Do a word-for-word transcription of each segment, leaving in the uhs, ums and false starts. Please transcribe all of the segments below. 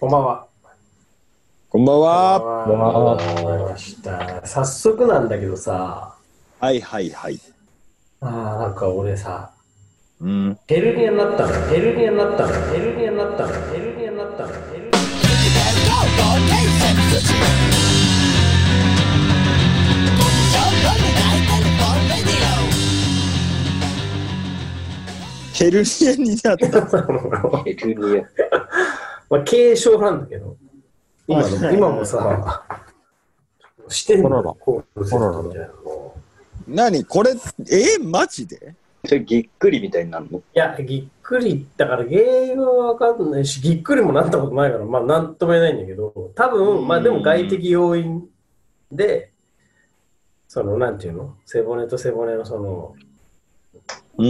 こんばんは。 こんばんは。 こんばんは。わかりました。早速なんだけどさ、 はいはいはい。 あーなんか俺さ、 うん。 ヘルニアになったの。ヘルニアになったの。ヘルニアになったの。ヘルニアになったの。ヘルニアヘルニアになった。 ヘルニア。 まあ軽症なんだけど、今の今もさ、してんのよ。コールセットみたいなの。 何これ、えー、マジでそれぎっくりみたいになるの？ いや、ぎっくり、だから原因はわかんないし、ぎっくりもなったことないから、まあなんとも言えないんだけど、多分、まあでも外的要因で、その、なんていうの背骨と背骨のその、 うん。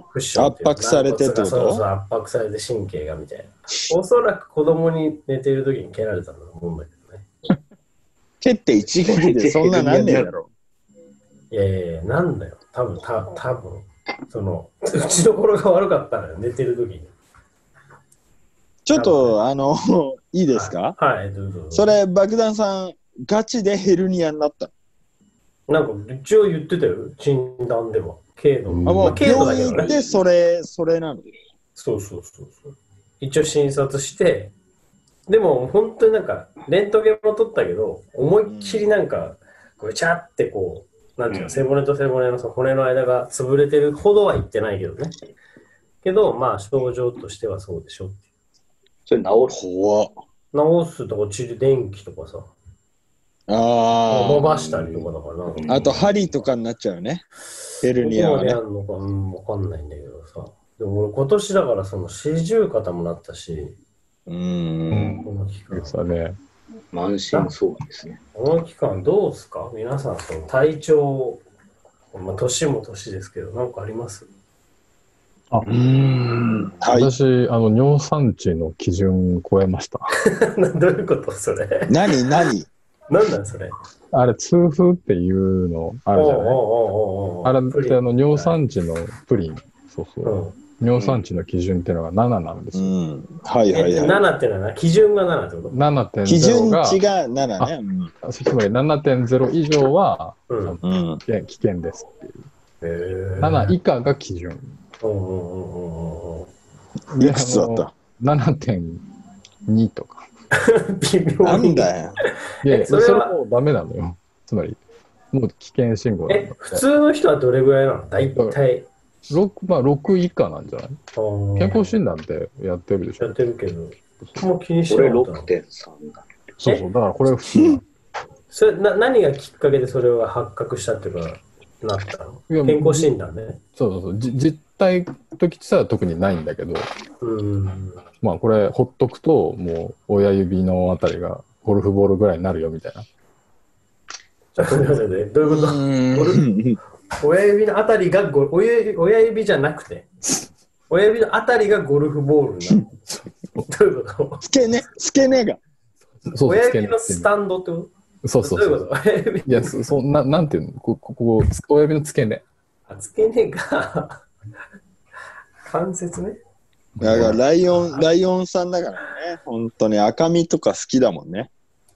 クッションっていうの圧迫されてってこと？ そうそう、圧迫されて神経がみたいな。おそらく子供に寝ている時に蹴られたんだと思うんだけどね。 蹴って一撃でそんななんねえだろ。 いやいやいや、なんだよ。多分、た多分その、打ちどころが悪かったのよ、寝てる時に。 ちょっと、あの、いいですか？ はい、はい、どうぞどうぞ。 それ、爆弾さん、ガチでヘルニアになったなんか一応言ってたよ、診断では。軽度。 の？あ、もう、 まあ軽度だ病けどね。 院でそれ、それなの？ そうそうそうそう。一応診察して、でも本当になんか、レントゲンも取ったけど、思いっきりなんか、ぐちゃってこう、なんていうの、背骨と背骨のその骨の間が潰れてるほどは言ってないけどね。けど、まあ症状としてはそうでしょっていう。 それ治る？ 怖っ。 治すとか治療、電気とかさ、 あ伸ばしたりとかだからな。 あ。あと、針とかになっちゃうね。ヘルニアはねどこまでや。るのか、うん、わかんないんだけどさ。でも俺今年だからその四十肩もなったし、 うーん。 この期間。 ですよね。 満身創痍ですね。 この期間どうすか皆さん、その体調、まあ、年も年ですけど、なんかありますあ、 うーん。はい。 私、あの、尿酸値の基準超えました。 どういうことそれ何何なんなんそれあれ、痛風っていうのあるじゃない？ おうおうおうおうおうあれプリンってあの尿酸値のプリン、そうそうう。 ん尿酸値の基準っていうのがなななんですうよ。 ん。はいはいえ、 はい。 ななってのはな、基準がななってこと基準ななてんゼロが、 値がななね。 つまりななてんゼロ以上は、 うん。 うん。うん。 危険危険ですっていう。 へーなな以下が基準。 うんうんうんうんうんいくつだった？ ななてんに とか。 微妙に。 なんだよ。 いやいや、それえそれはもうダメなのよ。つまり、もう危険信号なんだえ、普通の人はどれぐらいなの大体。 ろく、まあ、ろく以下なんじゃない？健康診断ってやってるでしょ？ やってるけど、もう気にしこれてなかったのろくてんさんだ。 そうそう、だからこれ普通なの。 それな何がきっかけでそれが発覚したっていうか、なったのいや健康診断ね。 そうそうそう。じ実態ときっては特にないんだけど、 うん。 まあこれほっとくと、もう親指のあたりがゴルフボールぐらいになるよみたいな。 ちょっと待ってね、どういうことうん親指のあたりがゴ親指、親指じゃなくて、親指のあたりがゴルフボールになる。どういうこと付け根付け根が。 そうそう、 親付け根指のスタンドってこそうとそうそうう。 どいうこと親指いや、そそんな、なんていうのこここ親指の付け根。 あ付け根が関節ね。 だからライオン、ライオンさんだからね。本当に赤身とか好きだもんね。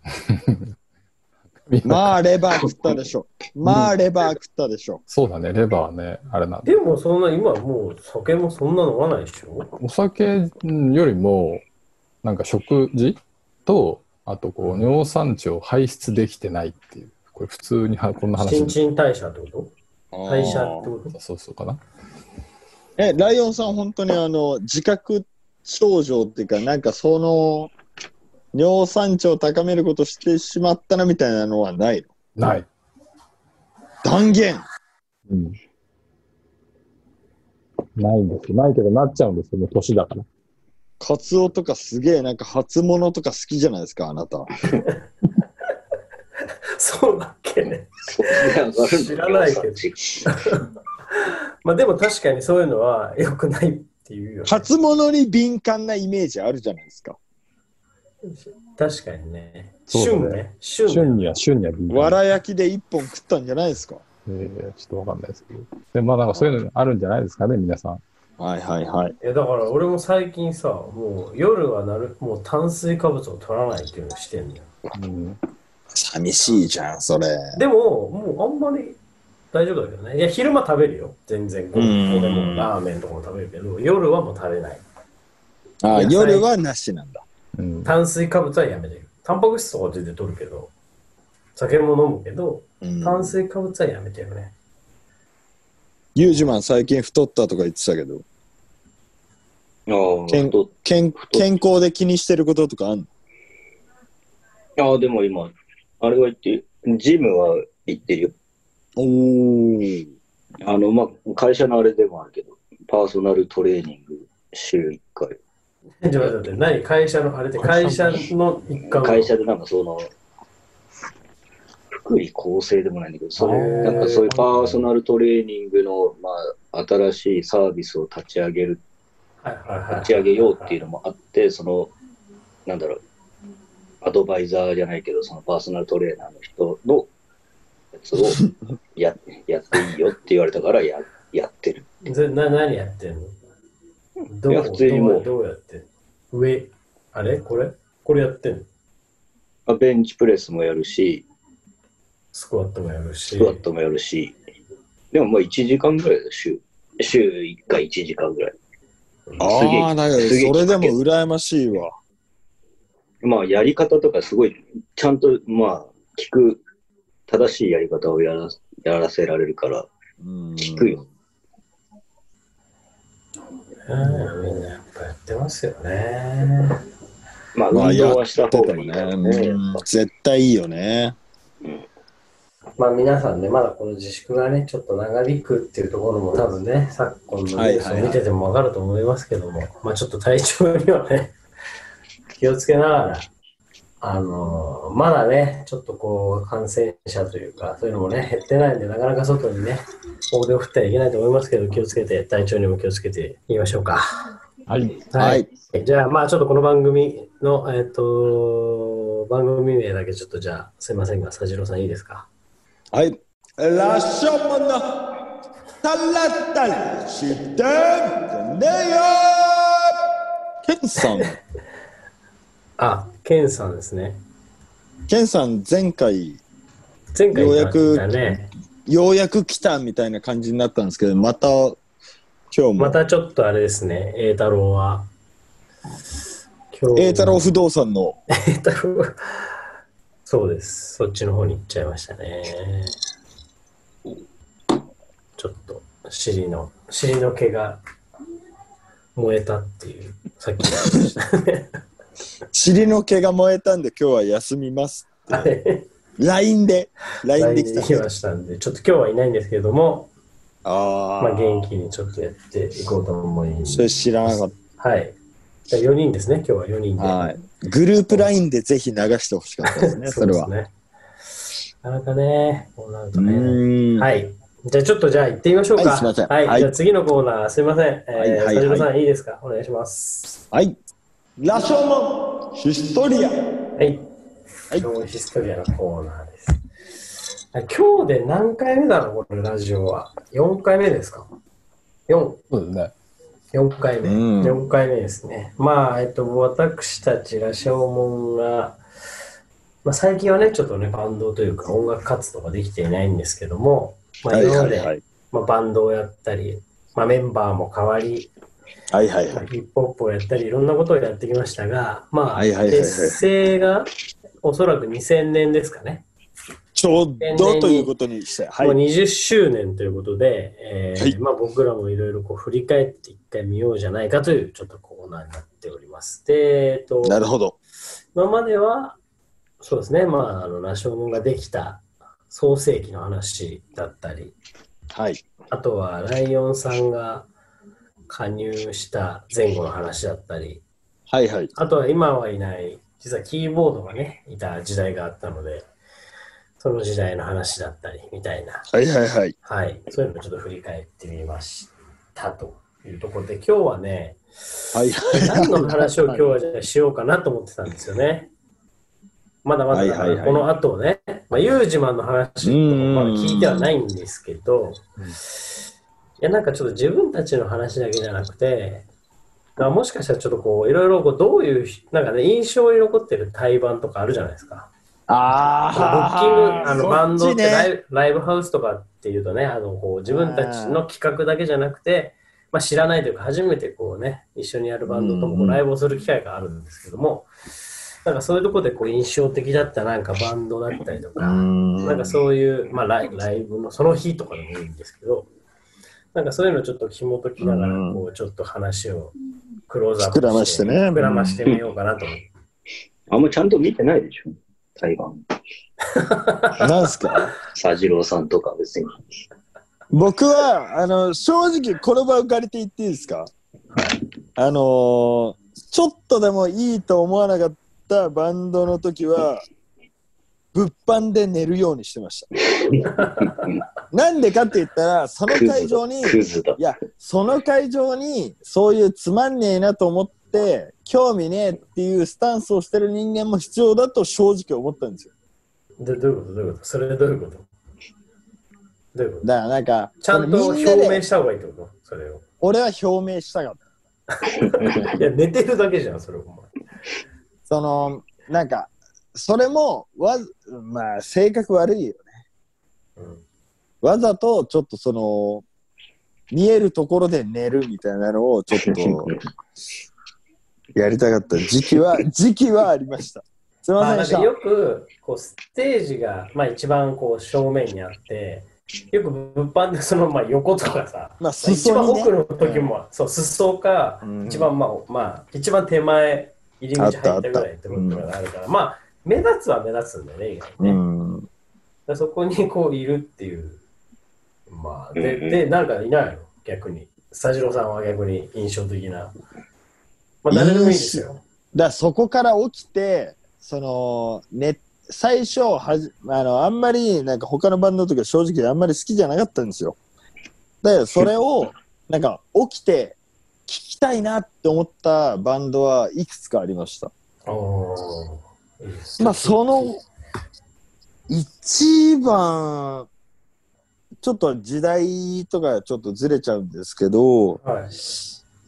まあレバー食ったでしょ。まあレバー食ったでしょ。 そうだね、レバーはね、あれなんだ。 でもそんな今もう酒もそんな飲まないでしょお酒よりも、なんか食事と、あとこう、尿酸値を排出できてないっていう。これ普通にはこんな話。 新陳代謝ってこと代謝ってことそうそうかな。 え、ライオンさん本当にあの、自覚症状っていうか、なんかその、尿酸値を高めることしてしまったなみたいなのはないの？ ない。 断言。 うん。ないんですよ。ないけどなっちゃうんですよ。もう年だから。 カツオとかすげえなんか初物とか好きじゃないですか、あなた。 そうだっけね。 それ上がるの？ 知らないけどまあでも確かにそういうのは良くないっていうよね。 初物に敏感なイメージあるじゃないですか。 確かにね。 そうだね旬ね。旬ね。 旬には、旬には敏感。 わら焼きで一本食ったんじゃないですか。 えー、ちょっとわかんないですけど。でもまあなんかそういうのあるんじゃないですかね、皆さん。 あはいはいはい。 いやだから俺も最近さ、もう夜はなるもう炭水化物を取らないっていうのをしてんのよ。 うん、 寂しいじゃん、それ。 でも、もうあんまり大丈夫だけどね。いや、昼間食べるよ。全然。こう俺もラーメンとかも食べるけど、夜はもう食べない。 ああ、夜はなしなんだ。 うん、 炭水化物はやめてる。タンパク質とかは全然取るけど、酒も飲むけど、 うん、 炭水化物はやめてるね。 ユージマン最近太ったとか言ってたけど、 あ健健健康で気にしてることとかあんの？ ああ、でも今、あれは言って、ジムは行ってるよ。 おー。 あの、まあ、会社のあれでもあるけど、パーソナルトレーニング週いっかい。 ちょっと待って、何会社のあれって会社の一環？ 会社でなんかその、福利厚生でもないんだけど、それなんかそういうパーソナルトレーニングの、まあ、新しいサービスを立ち上げる、立ち上げようっていうのもあって、その、なんだろう、アドバイザーじゃないけど、そのパーソナルトレーナーの人のやつをや, やっていいよって言われたからややってる。 な何やってんの？どういや普通にもうどうやってんの？上、あれこれこれやってんの？ あベンチプレスもやるし、 スクワットもやるし。 スクワットもやるし、でもまあいちじかんぐらいだ週。週いっかいいちじかんぐらい。 ああ、だけどそれでも羨ましいわ。 まあやり方とかすごい、ちゃんとまあ聞く、正しいやり方をやら、やらせられるから、聞くよ。 うん、みんなやっぱやってますよね。 まあ運動はした方がいいからね。 まあ、絶対いいよね。 うん、まあ皆さんね、まだこの自粛がね、ちょっと長引くっていうところも多分ね、昨今のニュースを見ててもわかると思いますけども、はいはいはい、まあちょっと体調にはね、気をつけながら、あのー、まだね、ちょっとこう、感染者というか、そういうのもね、減ってないんで、なかなか外にね、大手を振ってはいけないと思いますけど、気をつけて、体調にも気をつけていきましょうか。 はい。 はい。 じゃあ、まあちょっとこの番組の、えっと、番組名だけちょっとじゃあ、すいませんが、佐治郎さんいいですか？ はい。ラッションマンのタラタラしてねよケンさん。 あ、ケンさんですね。 ケンさん、前回、 前回ようやく、 ね、ようやく来たみたいな感じになったんですけど、また、今日も。 またちょっとあれですね、栄太郎は。 栄太郎不動産の。 栄太郎、そうです。そっちの方に行っちゃいましたね。ちょっと、尻の、尻の毛が燃えたっていう、さっき言いましたね。 尻の毛が燃えたんで今日は休みますって ライン で ライン で来た来ましたんで、ちょっと今日はいないんですけれども、 あ、 まあ元気にちょっとやっていこうと思います。 それ知らなかった。 はい。じゃあよにんですね、今日はよにんで。 はい。グループ ライン でぜひ流してほしかったですね、それは。 そうですね。なかなかね、こうなるとね。はい。じゃあちょっとじゃあ行ってみましょうか。 はい、すみません。 はい。はい、じゃあ次のコーナー、すみません。えー、はいはいはい、佐治さんいいですか？お願いします。 はい。ラショーマンヒストリア。はい。 はい。ヒストリアのコーナーです。今日で何回目だろう、これラジオは。よんかいめですか？ よん。 そうですね。 よんかいめ。うん、よんかいめですね。まあ、えっと、私たちラショーモンが、まあ、最近はね、ちょっとね、バンドというか音楽活動ができていないんですけども、まあ、今まで、はいはいはい、まあ、バンドをやったり、まあ、メンバーも変わり、 はいはいはい、 ヒップホップをやったりいろんなことをやってきましたが、まあ、はいはいはいはい、結成がおそらくにせんねんですかね。 ちょうどということにして、 はい、もうにじゅっしゅうねんということで、えーはい、まあ、僕らもいろいろこう振り返って一回見ようじゃないかというちょっとコーナーになっております。で、えっと、 なるほど。 今まではそうですね、まあ、あのラショーモンができた創世記の話だったり、 はい、 あとはライオンさんが加入した前後の話だったり、 はいはい、 あとは今はいない実はキーボードがねいた時代があったのでその時代の話だったりみたいな、 はいはいはい、 はい、そういうのをちょっと振り返ってみましたというところで今日はね、 はいはいはい、 何の話を今日はじゃあしようかなと思ってたんですよね。まだまだ、はいはいはい、この後ね、まあ、ユージマンの話とかまだ聞いてはないんですけど、 やなんかちょっと自分たちの話だけじゃなくて、もしかしたらちょっとこういろいろこうどういうなんかね印象に残ってる対バンとかあるじゃないですか。 あブッキングあのバンドってライブ、 ね、 ライブハウスとかっていうとね、あのこう自分たちの企画だけじゃなくて、まあ、知らないというか初めてこうね一緒にやるバンドともこうライブをする機会があるんですけども、なんかそういうところでこう印象的だったなんかバンドだったりとか、なんかそういう、まあ、ライ、ライブのその日とかでもいいんですけど、なんかそういうのをちょっと紐解きながらこうちょっと話をクローズアップして膨らましてね、 膨らましてみようかなと思って。 あんまちゃんと見てないでしょ、対バン。 なんすか佐次郎さんとか別に。 僕はあの正直この場を借りて言っていいですか、はい、あのー、ちょっとでもいいと思わなかったバンドの時は物販で寝るようにしてましたなんでかって言ったらその会場にいやその会場にそういうつまんねえなと思って興味ねえっていうスタンスをしてる人間も必要だと正直思ったんですよ。 でどういうことどういうことそれでどういうことどういうことだからなんかちゃんと表明した方がいいってことそれを。 俺は表明したかったいや寝てるだけじゃんそれお前。 そのなんかそれもわまあ性格悪いよね、うん、わざとちょっとその見えるところで寝るみたいなのをちょっとやりたかった時期は時期はありました。すみませんでした。 まあ、よくこうステージが、まあ、一番こう正面にあってよく物販でそのまあ横とかさ、 まあ裾にね、一番奥の時も、うん、そう裾か、うん、一番まあまあ一番手前入り口入ったぐらいってことがあるから、うん、まあ目立つは目立つんだよね意外にね。うん、だそこにこういるっていうまあで、でなんかいないの逆に佐次郎さんは逆に印象的なまあ誰でもいいですよ。 だそこから起きてそのね最初はじあのあんまりなんか他のバンドとか正直あんまり好きじゃなかったんですよ。だからそれをなんか起きて聞きたいなって思ったバンドはいくつかありました。まあその一番ちょっと時代とかちょっとずれちゃうんですけど、はい、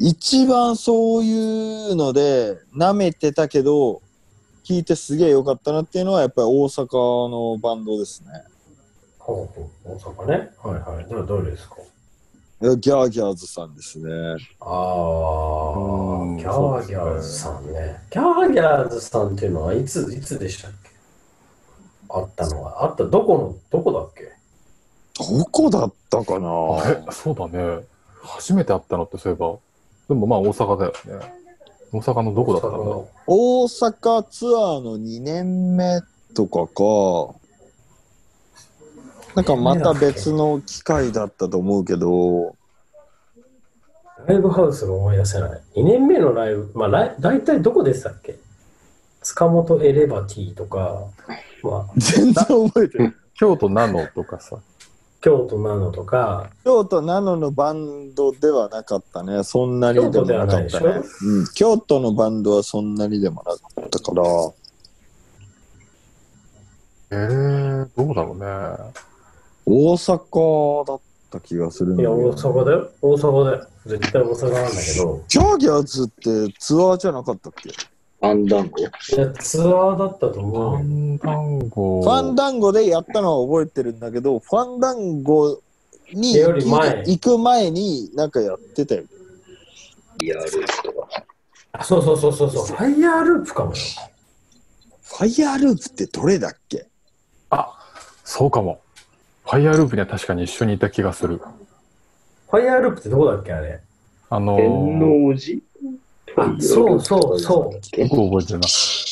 一番そういうので舐めてたけど聞いてすげえ良かったなっていうのはやっぱり大阪のバンドですね。 ほうほう大阪ね。はいはい。ではどれですか？ ギャーギャーズさんですね。 ああ、ギャーギャーズさんね。ギャーギャーズさんっていうのはいついつでしたっけ？あったのはあったどこのどこだっけ？ どこだったかな。 え、そうだね。初めて会ったのってそういえば、でもまあ大阪だよね。大阪のどこだったんだ。 大阪ツアーのにねんめとかか。なんかまた別の機会だったと思うけど。 ライブハウスが思い出せない。にねんめのライブ、まあライ大体どこでしたっけ？塚本エレバティとか、まあ、 全然覚えてる。 京都ナノとかさ。 京都ナノとか。 京都ナノのバンドではなかったね。そんなにでもなかったね。うん、京都のバンドはそんなにでもなかったから。 えー、どうだろうね。 大阪だった気がするんだけど。いや、大阪だよ。大阪だよ。絶対大阪なんだけど。 ギャーギャーズってツアーじゃなかったっけ？ ファンダンゴ？いや、ツアーだったと思う。 ファンダンゴ。 ファンダンゴでやったのは覚えてるんだけど、ファンダンゴに行く前、行く前になんかやってたよ。 ファイヤーループとか。 あ、そうそうそうそうそう。ファイヤーループかもよ。 ファイヤーループってどれだっけ？ あ、そうかも。ファイヤーループには確かに一緒にいた気がする。 ファイヤーループってどこだっけあれ？ あのー、 天王寺？ あ、そうそうそう。 結構覚えてるな。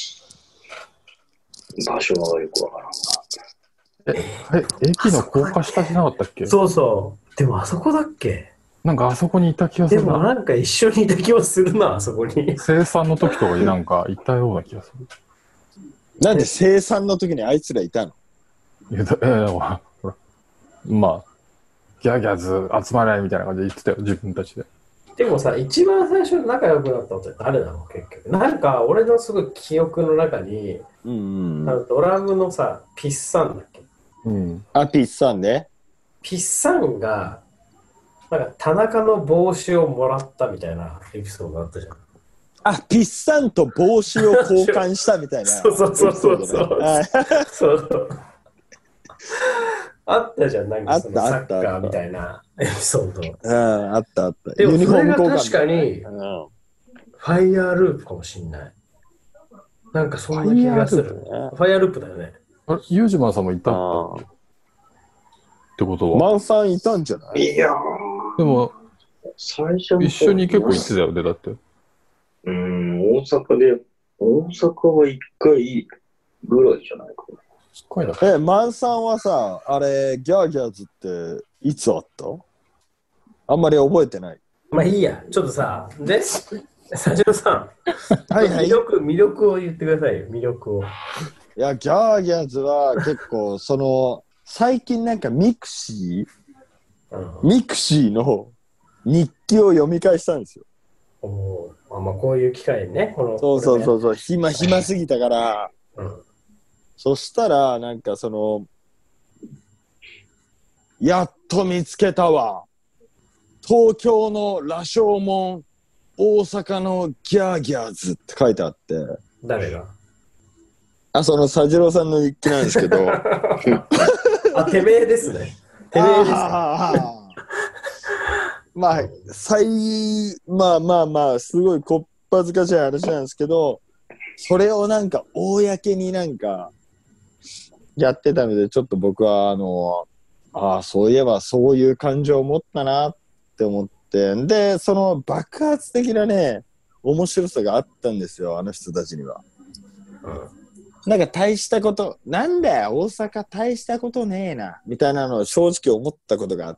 場所はよくわからんが。え、え、駅の高架下じゃなかったっけ？ そうそう。でもあそこだっけ？ なんかあそこにいた気がするな。 でもなんか一緒にいた気がするな、あそこに。 生産の時とかになんかいたような気がする。 なんで生産の時にあいつらいたの？ いや、えー、ほら、まあ、ギャーギャーズ集まれみたいな感じで言ってたよ、自分たちで。 でもさ、一番最初に仲良くなったのって誰なの結局。なんか俺のすごい記憶の中に、うんうん、ドラムのさ、ピッサンだっけ？ うん。あ、ピッサンね。 ピッサンが、 なんか田中の帽子をもらったみたいなエピソードあったじゃん。 あ、ピッサンと帽子を交換したみたいな。 そうそうそうそうそう。 はいそうあったじゃん、なんかそのあったサッカーみたいなエピソード。 うん、あったあった。 でもユニフォーム交換それが確かにうんファイヤーループかもしんない。なんかそんな気がする。ファイヤーループだよね。 あれ、ユージマンさんもいたのってことは。 マンさんいたんじゃない？ いやー。でも、 最初の一緒に結構行ってたよね、だって。 うん、大阪で、大阪は一回ぐらいじゃないかな。 一回だえ、マンさんはさ、あれ、ギャーギャーズっていつあった？あんまり覚えてない。 まあいいや、ちょっとさ、で、佐治郎さん、 はいはい。 魅力、魅力を言ってくださいよ、魅力を。 いや、ギャーギャーズは結構、その、最近なんかミクシー、 うん、 ミクシーの日記を読み返したんですよ。 おあまあ、こういう機会にね、このそうそうそうそう、暇、暇すぎたから、 うん、 そしたら、なんかその、やっと見つけたわ。東京の羅生門、大阪のギャーギャーズって書いてあって。 誰が？ あ、その佐治郎さんの日記なんですけど。 あ、てめえですね。てめえですか。 まあ、最、まあまあまあ、すごいこっぱずかしい話なんですけど、それをなんか、公になんか、やってたので、ちょっと僕は、あの、ああ、そういえばそういう感情を持ったなって思って、で、その爆発的なね、面白さがあったんですよ、あの人たちには。うん、なんか大したこと、なんだよ、大阪大したことねえな、みたいなのを正直思ったことがあって、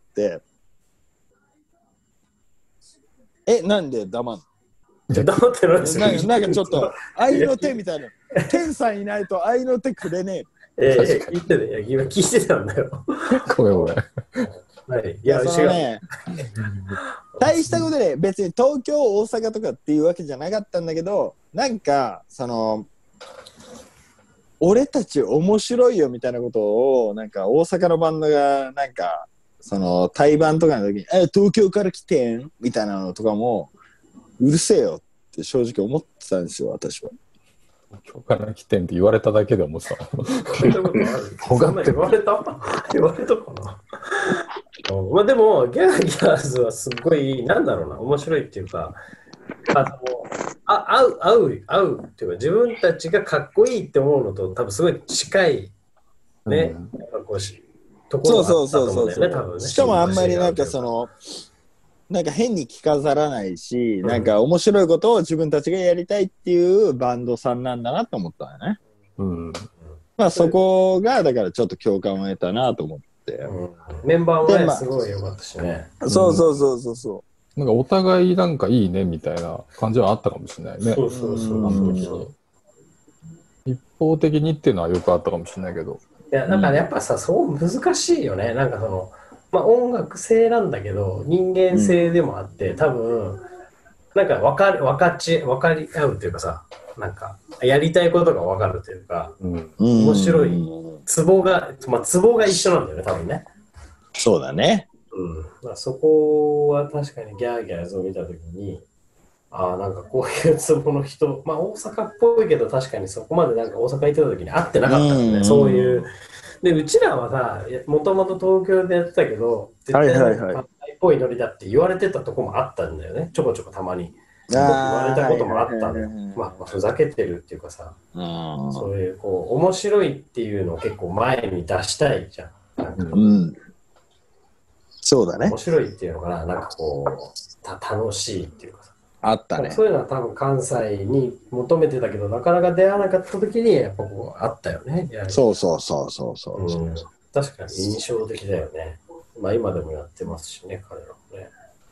え、なんで黙んの？ 黙ってないですよ。 なんか、なんかちょっと、愛の手みたいな。天さんいないと愛の手くれねえ。ええ、聞いてね。今聞いてたんだよ。 ごめんごめん。 はい。いや、 そのね、大したことで、別に東京、大阪とかっていうわけじゃなかったんだけど、なんか、その、俺たち面白いよみたいなことを、なんか大阪のバンドが、なんか、その対バンとかの時に、え、東京から来てんみたいなのとかも、うるせえよって正直思ってたんですよ、私は。 東京から来てんって言われただけでもさ。 言われた言われたかな。まあでも、ギャーギャーズはすごい、なんだろうな、面白いっていうか、あのあ合う、合う、合うっていうか、自分たちがかっこいいって思うのと、多分すごい近い、ね、うん、やっぱこうしところがあったと思うんだよね、多分ね。しかもあんまりなんかその、なんか変に着飾らないし、うん、なんか面白いことを自分たちがやりたいっていうバンドさんなんだなと思ったよね。うん。まあそこが、だからちょっと共感を得たなと思って。うん、メンバーもね、すごい良かったしね。そうそうそうそうそう。 なんかお互いなんかいいねみたいな感じはあったかもしれないね。 そうそうそう。あの時に。 一方的にっていうのはよくあったかもしれないけど。 いや、なんかやっぱさ、そう難しいよね。なんかその、まあ音楽性なんだけど、人間性でもあって、うん、多分、なんか分かる、分かち、分かり合うっていうかさ、なんか、やりたいことが分かるというか、うん、面白い、ツボが、まあツボが一緒なんだよね、多分ね。 そうだね。 うん。まあ、そこは確かにギャーギャーズを見たときに、ああ、なんかこういうツボの人、まあ大阪っぽいけど確かにそこまでなんか大阪行ってたときに会ってなかったんだね、うん、そういう。で、うちらはさ、もともと東京でやってたけど、絶対なんかパッタイっぽいノリだって言われてたとこもあったんだよね、ちょこちょこたまに。言われたこともあったんだよ。まあ、ふざけてるっていうかさ、そういう、こう、面白いっていうのを結構前に出したいじゃん。なんかうん、そうだね。 面白いっていうのかな、なんかこう、た楽しいっていうかさ。 あったね。 そういうのは多分関西に求めてたけど、なかなか出会わなかった時に、やっぱこう、あったよね。 そうそうそうそうそう、 うん。確かに印象的だよね。まあ今でもやってますしね、彼らもね。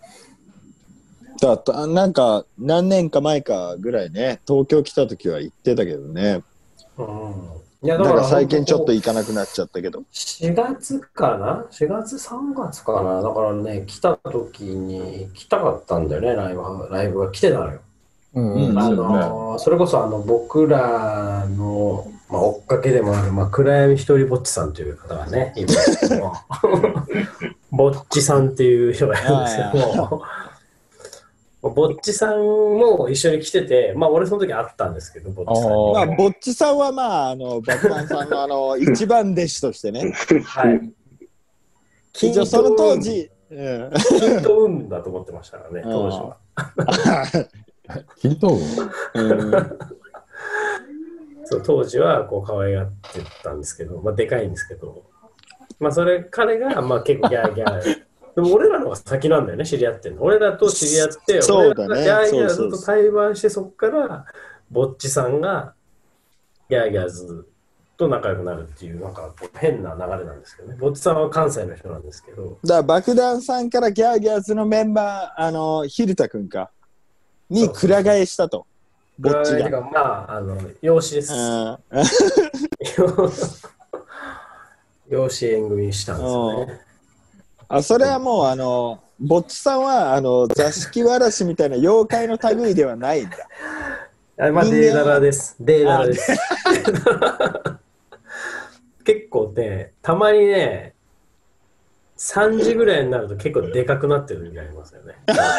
だなんか何年か前かぐらいね、東京来た時は行ってたけどね。うん。いやだから最近ちょっと行かなくなっちゃったけど。 しがつかな ?しがつ、さんがつかな。だからね、来た時に来たかったんだよね、ライブ、ライブが来てたのよ。うんうん、あの、それこそあの僕らの、まあ、追っかけでもある、まあ、暗闇一人ぼっちさんという方がね、いるんですけどぼっちさんっていう人がいるんですけども、ぼっちさんも一緒に来てて、まあ俺その時会ったんですけど、ぼっちさんに。 まあ、ぼっちさんはまあ、あの、爆弾さんのあの、一番弟子としてね。 はい。 一応その当時、 うん、均等運だと思ってましたからね、当時は。 均等運、 うん、そう当時はこう可愛がってたんですけど、まあでかいんですけど、まあそれ彼がまあ結構ギャーギャー。でも俺らの方が先なんだよね、知り合ってんの。俺らと知り合って、 そうだね、 俺らがギャーギャーずっと対バンして、そこからぼっちさんがギャーギャーズと仲良くなるっていう、なんかこう変な流れなんですけどね。ぼっちさんは関西の人なんですけど。 だから爆弾さんからギャーギャーズのメンバー、あの、蛭田くんか、にくら替えしたと。ぼっちが。 まあ、あの、養子です。養子縁組にしたんですよね。 あ、それはもうあのぼっちさんはあの座敷わらしみたいな妖怪の類ではないんだ。 あ、まあデーダラです。デーダラです。結構ね、たまにね、さんじぐらいになると結構でかくなってる時ありますよね。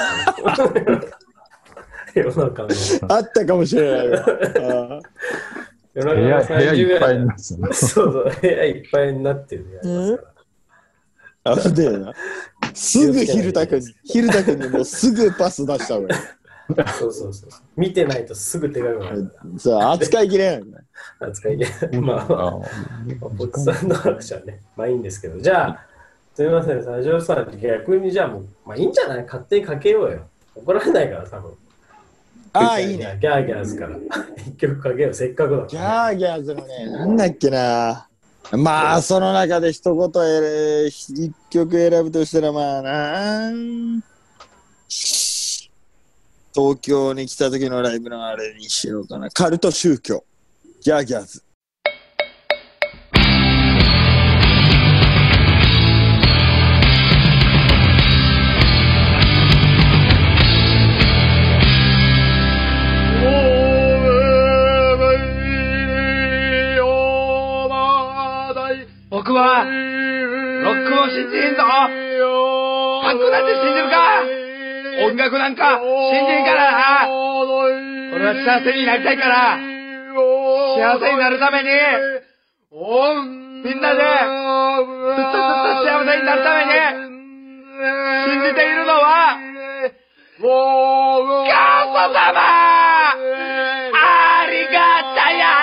世の中のあったかもしれないよ。 夜中のさんじぐらいになってそうそう、部屋いっぱいになってる時ありますから。 あれだよな。すぐ蛭田君に、蛭田君にもうすぐパス出した方がいい。 そうそうそう。見てないとすぐ手がかかる。 そう、扱いきれない。 扱いきれない。まあ、まあ、ぼっちさんの話はね、まあいいんですけど、じゃあ、すみません、最初さ、逆にじゃあもう、まあいいんじゃない？勝手にかけようよ。怒られないから、多分。 ああ、いいね。 ギャーギャーズから一曲かけよう、せっかくだから、ね。 ギャーギャーズのね、なんだっけな。まあ、その中で一言え一曲選ぶとしたら、まあな。東京に来た時のライブのあれにしようかな。カルト宗教。ギャーギャーズ。 僕はロックを信じんぞ。パンクなんて信じるか。音楽なんか信じんからな。俺は幸せになりたいから、幸せになるためにみんなでずっとずっと幸せになるために信じているのはガース様。ありがたや。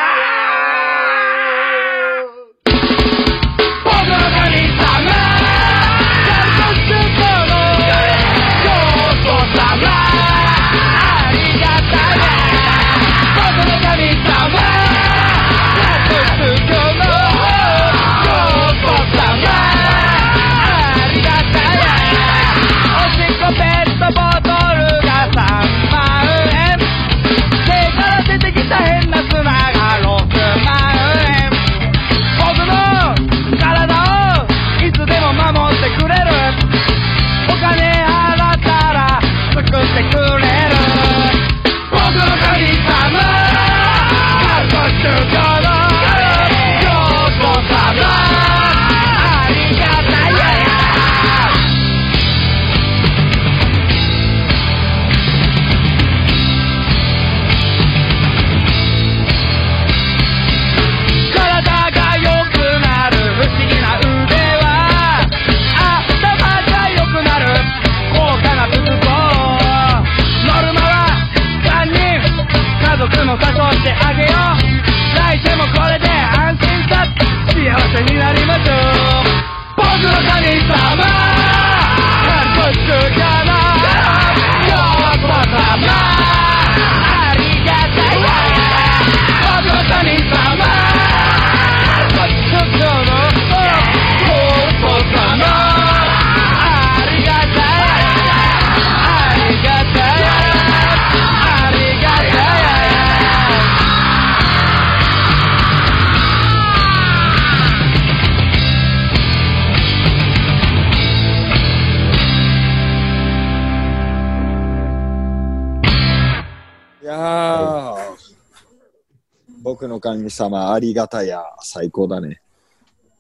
僕の神様ありがたや。最高だね。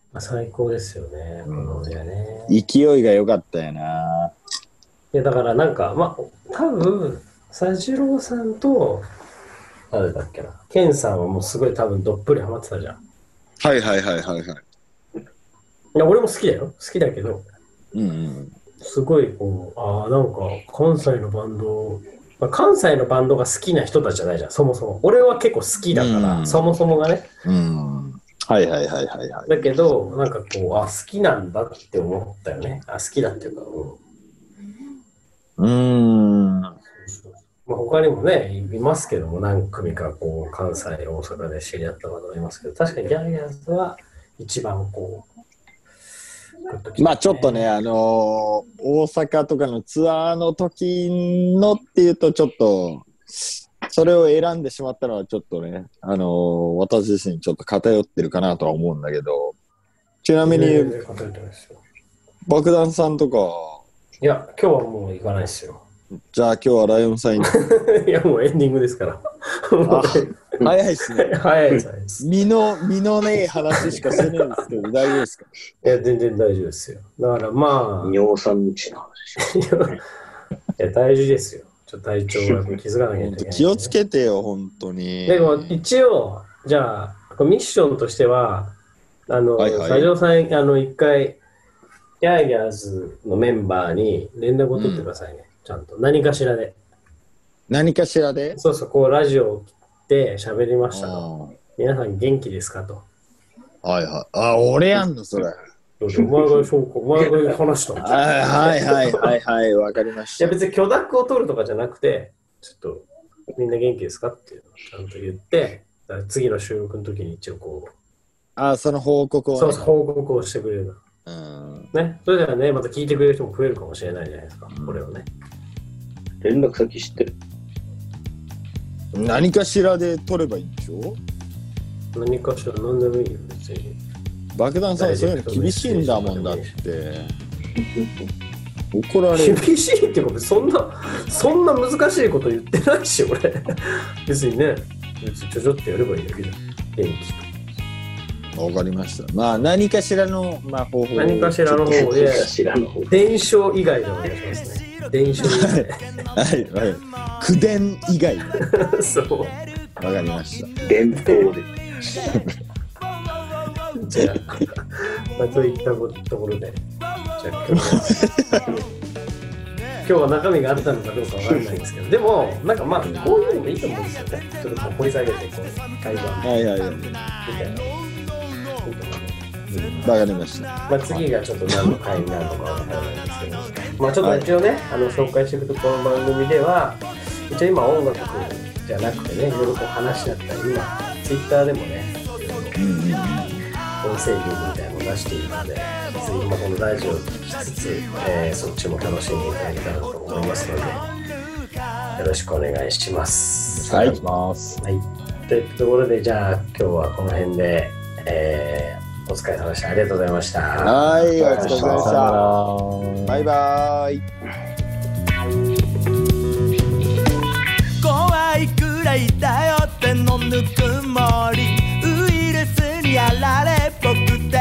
まあ、最高ですよね、このね、 勢いが良かったよな。 いやだからなんかまあ多分佐次郎さんと誰だっけな、ケンさんはもうすごい多分どっぷりハマってたじゃん。 はいはいはいはいはい。 いや俺も好きだよ、好きだけど、 うんうん、 すごいこう、ああなんか関西のバンド、まあ、関西のバンドが好きな人たちじゃないじゃん、そもそも。俺は結構好きだから、うん、そもそもがね。 うん。はいはいはいはいはい。 だけど、なんかこう、あ、好きなんだって思ったよね。あ、好きだっていうか、 うん。うーん。 まあ、他にもね、いますけども、何組かこう、関西、大阪で知り合った方がいますけど、確かにギャーギャーズは一番こう、 ね、まあちょっとね、あのー、大阪とかのツアーの時のっていうとちょっとそれを選んでしまったのはちょっとね、あのー、私自身ちょっと偏ってるかなとは思うんだけど、ちなみに爆弾さんとか、 いや今日はもう行かないですよ。 じゃあ今日はライオンさんにいやもうエンディングですから早いですね。 早いです。 身の身のねえ話しかしてないんですけど大丈夫ですか？ いや全然大丈夫ですよ。だからまあ尿酸値の話。 いや大事ですよ。ちょっと体調は気づかなきゃいけない、ね。 気をつけてよ本当に。 でも一応じゃあミッションとしてはあの佐々木さんあの一回ギャーギャーズのメンバーに連絡を取ってくださいね。うん、ちゃんと何かしらで。何かしらでそうそう、こうラジオを切って喋りましたと。皆さん元気ですかと。 はいはい。あ、俺やんのそれ。 お前が証拠、お前が話した。 はいはいはいはい、わかりました。 いや別に許諾を取るとかじゃなくて、ちょっとみんな元気ですかっていうのをちゃんと言って、次の収録の時に一応こう。 あ、その報告を、ね。 そうそう、報告をしてくれる。うん。ね、それではね、また聞いてくれる人も増えるかもしれないじゃないですか、うん、これをね。 連絡先知ってる？ 何かしらで取ればいいんでしょ？ 何かしら何でもいいよ別に。 爆弾さんそういうの厳しいんだもんだって。怒られる。 厳しいってことそんなそんな難しいこと言ってないし俺。別にね、別にちょちょってやればいいだけじゃん。元気。わかりました。まあ何かしらの、まあ、方法何かしらの方で伝承以外でお願いしますね。伝承以外はいはい。口伝以外で。 そう。 わかりました。 伝統で。 じゃあ、まあ、そういったところで、じゃあ今日は今日は中身があったのかどうかわからないんですけど、でもなんかまあこういうのもいいと思うんですよね。ちょっと掘り下げてこう会話はいはいはいみたいな。わかりました。 まあ次がちょっと何の回になるのかわからないんですけど、まあちょっと一応ね、はい、あの紹介していくとこの番組では一応今音楽じゃなくてね、いろいろこう話だったり今ツイッターでもね、うんうんうん、音声劇みたいなのを出しているので、ぜひ今このラジオを聞きつつ、えー、そっちも楽しんでいただけたらと思いますので、よろしくお願いします。 はい。お願いします。 はい。というところで、じゃあ今日はこの辺で、えー、お疲れ様でした。ありがとうございました。 はい、お疲れ様でした。バイバイ。怖いくらいだよってのぬくもり、ウイルスにやられ僕た